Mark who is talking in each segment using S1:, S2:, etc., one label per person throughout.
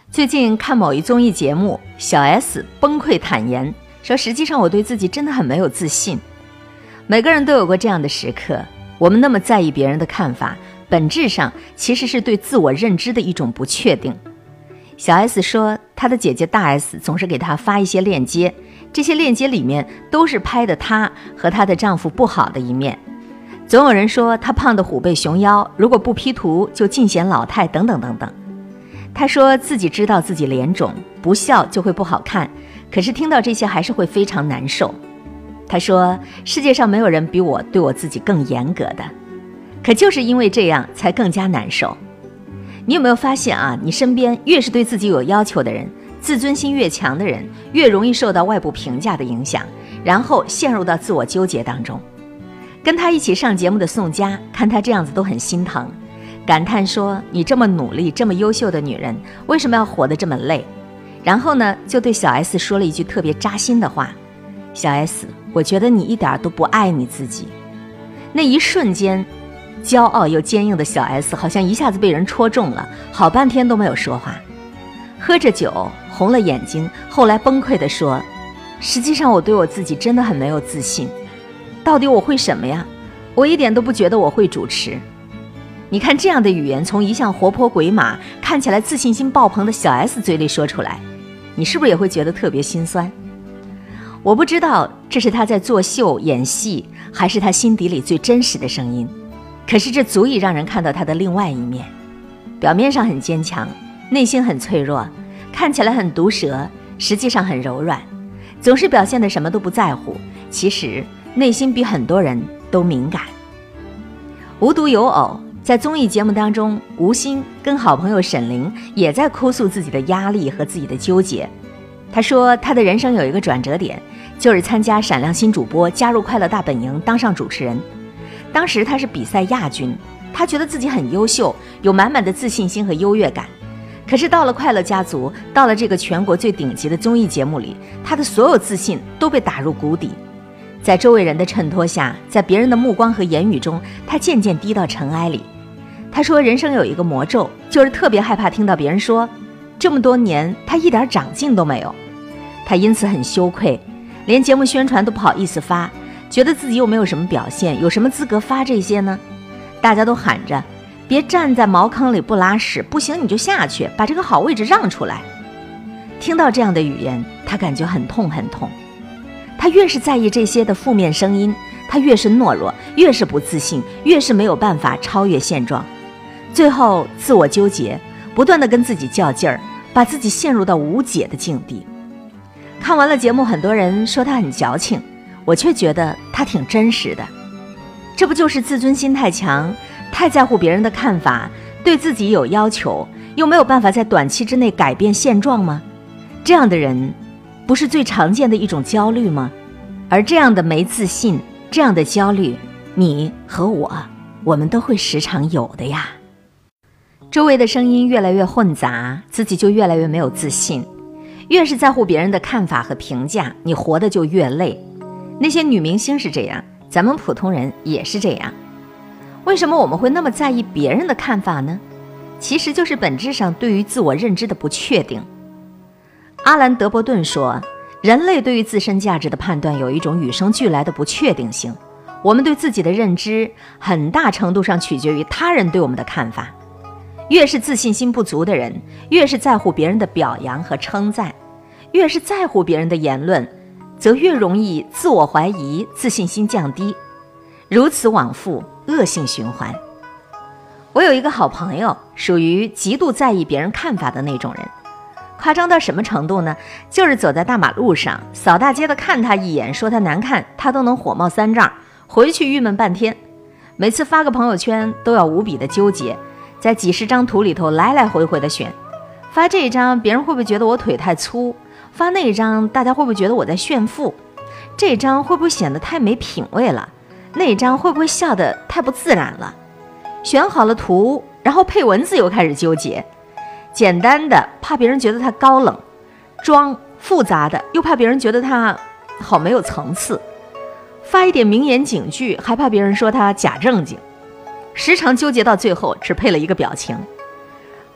S1: 最近看某一综艺节目，小 S 崩溃坦言说，实际上我对自己真的很没有自信。每个人都有过这样的时刻，我们那么在意别人的看法，本质上其实是对自我认知的一种不确定。小 S 说，她的姐姐大 S 总是给她发一些链接，这些链接里面都是拍的她和她的丈夫不好的一面。总有人说她胖得虎背熊腰，如果不 P 图就尽显老态等等等等。她说自己知道自己脸肿，不笑就会不好看，可是听到这些还是会非常难受。她说世界上没有人比我对我自己更严格的，可就是因为这样才更加难受。你有没有发现啊，你身边越是对自己有要求的人，自尊心越强的人，越容易受到外部评价的影响，然后陷入到自我纠结当中。跟他一起上节目的宋佳看他这样子都很心疼，感叹说，你这么努力这么优秀的女人，为什么要活得这么累？然后呢，就对小 S 说了一句特别扎心的话，小 S， 我觉得你一点都不爱你自己。那一瞬间，骄傲又坚硬的小 S 好像一下子被人戳中了，好半天都没有说话，喝着酒红了眼睛，后来崩溃地说，实际上我对我自己真的很没有自信，到底我会什么呀？我一点都不觉得我会主持。你看这样的语言从一向活泼鬼马，看起来自信心爆棚的小 S 嘴里说出来，你是不是也会觉得特别心酸？我不知道这是他在作秀演戏，还是他心底里最真实的声音，可是这足以让人看到他的另外一面。表面上很坚强，内心很脆弱，看起来很毒舌，实际上很柔软，总是表现得什么都不在乎，其实内心比很多人都敏感。无独有偶，在综艺节目当中，吴昕跟好朋友沈凌也在哭诉自己的压力和自己的纠结。他说他的人生有一个转折点，就是参加闪亮新主播，加入快乐大本营，当上主持人。当时他是比赛亚军，他觉得自己很优秀，有满满的自信心和优越感。可是到了快乐家族，到了这个全国最顶级的综艺节目里，他的所有自信都被打入谷底。在周围人的衬托下，在别人的目光和言语中，他渐渐低到尘埃里。他说人生有一个魔咒，就是特别害怕听到别人说这么多年他一点长进都没有。他因此很羞愧，连节目宣传都不好意思发，觉得自己又没有什么表现，有什么资格发这些呢？大家都喊着别站在茅坑里不拉屎，不行你就下去，把这个好位置让出来。听到这样的语言，他感觉很痛很痛。他越是在意这些的负面声音，他越是懦弱，越是不自信，越是没有办法超越现状，最后自我纠结，不断地跟自己较劲儿，把自己陷入到无解的境地。看完了节目，很多人说他很矫情，我却觉得他挺真实的。这不就是自尊心太强，太在乎别人的看法，对自己有要求，又没有办法在短期之内改变现状吗？这样的人不是最常见的一种焦虑吗？而这样的没自信，这样的焦虑，你和我们都会时常有的呀。周围的声音越来越混杂，自己就越来越没有自信。越是在乎别人的看法和评价，你活得就越累。那些女明星是这样，咱们普通人也是这样。为什么我们会那么在意别人的看法呢？其实就是本质上对于自我认知的不确定。阿兰·德伯顿说，人类对于自身价值的判断有一种与生俱来的不确定性，我们对自己的认知很大程度上取决于他人对我们的看法。越是自信心不足的人，越是在乎别人的表扬和称赞，越是在乎别人的言论，则越容易自我怀疑，自信心降低，如此往复，恶性循环。我有一个好朋友，属于极度在意别人看法的那种人，夸张到什么程度呢？就是走在大马路上，扫大街的看他一眼，说他难看，他都能火冒三丈，回去郁闷半天。每次发个朋友圈都要无比的纠结，在几十张图里头来来回回的选，发这一张别人会不会觉得我腿太粗，发那一张大家会不会觉得我在炫富，这张会不会显得太没品位了，那一张会不会笑得太不自然了。选好了图，然后配文字又开始纠结，简单的怕别人觉得他高冷，装复杂的又怕别人觉得他好没有层次，发一点名言警句还怕别人说他假正经，时常纠结到最后只配了一个表情。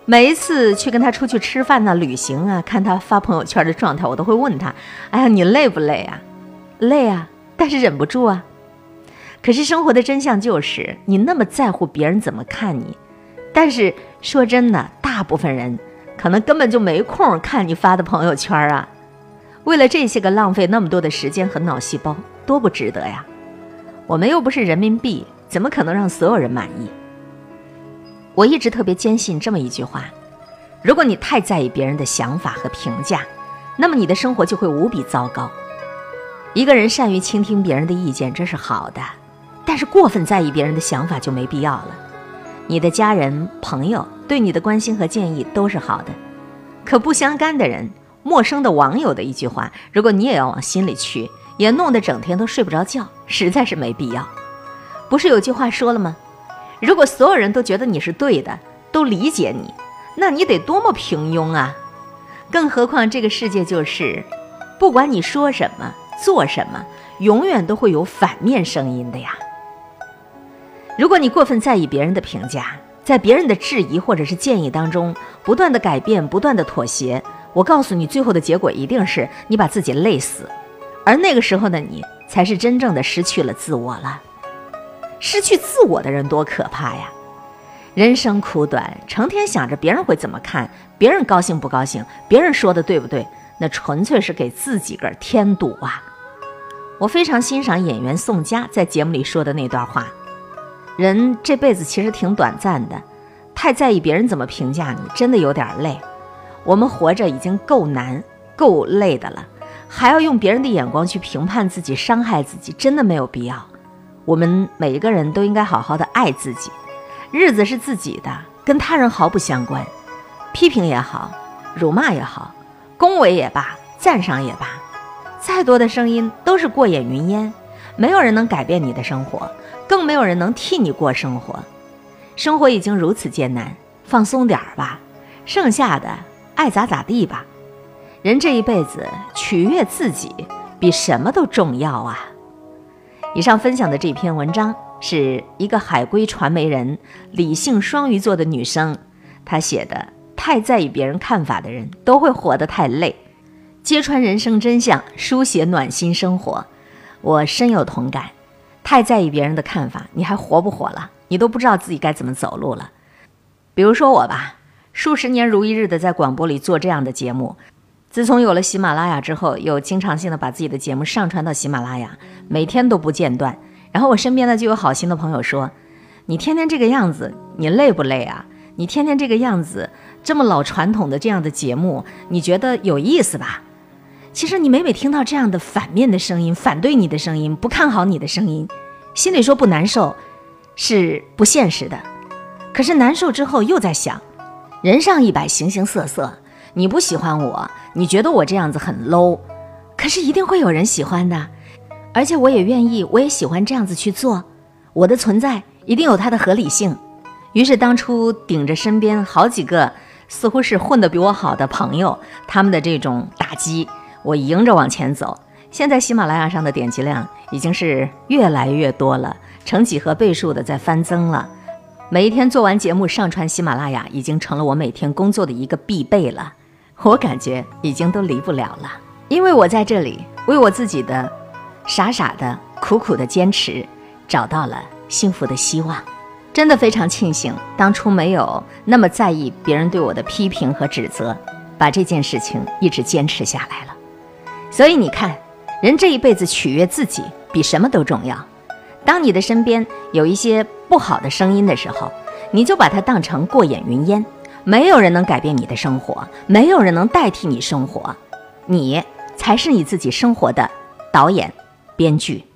S1: 每一次去跟他出去吃饭啊、旅行啊，看他发朋友圈的状态，我都会问他，哎呀，你累不累啊？累啊，但是忍不住啊。可是生活的真相就是，你那么在乎别人怎么看你，但是说真的，大部分人可能根本就没空看你发的朋友圈啊。为了这些个浪费那么多的时间和脑细胞，多不值得呀。我们又不是人民币，怎么可能让所有人满意？我一直特别坚信这么一句话，如果你太在意别人的想法和评价，那么你的生活就会无比糟糕。一个人善于倾听别人的意见，这是好的，但是过分在意别人的想法就没必要了。你的家人、朋友对你的关心和建议都是好的，可不相干的人、陌生的网友的一句话，如果你也要往心里去，也弄得整天都睡不着觉，实在是没必要。不是有句话说了吗？如果所有人都觉得你是对的，都理解你，那你得多么平庸啊！更何况这个世界就是，不管你说什么、做什么，永远都会有反面声音的呀。如果你过分在意别人的评价，在别人的质疑或者是建议当中不断的改变、不断的妥协，我告诉你，最后的结果一定是你把自己累死，而那个时候的你才是真正的失去了自我了。失去自我的人多可怕呀！人生苦短，成天想着别人会怎么看，别人高兴不高兴，别人说的对不对，那纯粹是给自己个添堵啊！我非常欣赏演员宋佳在节目里说的那段话，人这辈子其实挺短暂的，太在意别人怎么评价你，真的有点累。我们活着已经够难够累的了，还要用别人的眼光去评判自己、伤害自己，真的没有必要。我们每一个人都应该好好的爱自己，日子是自己的，跟他人毫不相关。批评也好，辱骂也好，恭维也罢，赞赏也罢，再多的声音都是过眼云烟，没有人能改变你的生活，更没有人能替你过生活。生活已经如此艰难，放松点吧，剩下的爱咋咋地吧。人这一辈子取悦自己比什么都重要啊！以上分享的这篇文章是一个海归传媒人、理性双鱼座的女生，她写的。太在意别人看法的人都会活得太累，揭穿人生真相，书写暖心生活。我深有同感，太在意别人的看法，你还活不活了？你都不知道自己该怎么走路了。比如说我吧，数十年如一日的在广播里做这样的节目，自从有了喜马拉雅之后，又经常性的把自己的节目上传到喜马拉雅，每天都不间断。然后我身边的就有好心的朋友说，你天天这个样子，你累不累啊？你天天这个样子，这么老传统的这样的节目，你觉得有意思吧？其实你每听到这样的反面的声音，反对你的声音，不看好你的声音，心里说不难受是不现实的。可是难受之后又在想，人上一百，形形色色，你不喜欢我，你觉得我这样子很 low， 可是一定会有人喜欢的，而且我也愿意，我也喜欢这样子去做，我的存在一定有它的合理性。于是当初顶着身边好几个似乎是混得比我好的朋友，他们的这种打击，我迎着往前走。现在喜马拉雅上的点击量已经是越来越多了，成几何倍数的在翻增了。每一天做完节目上传喜马拉雅，已经成了我每天工作的一个必备了。我感觉已经都离不了了，因为我在这里为我自己的傻傻的苦苦的坚持找到了幸福的希望。真的非常庆幸当初没有那么在意别人对我的批评和指责，把这件事情一直坚持下来了。所以你看，人这一辈子取悦自己比什么都重要。当你的身边有一些不好的声音的时候，你就把它当成过眼云烟，没有人能改变你的生活，没有人能代替你生活，你才是你自己生活的导演、编剧。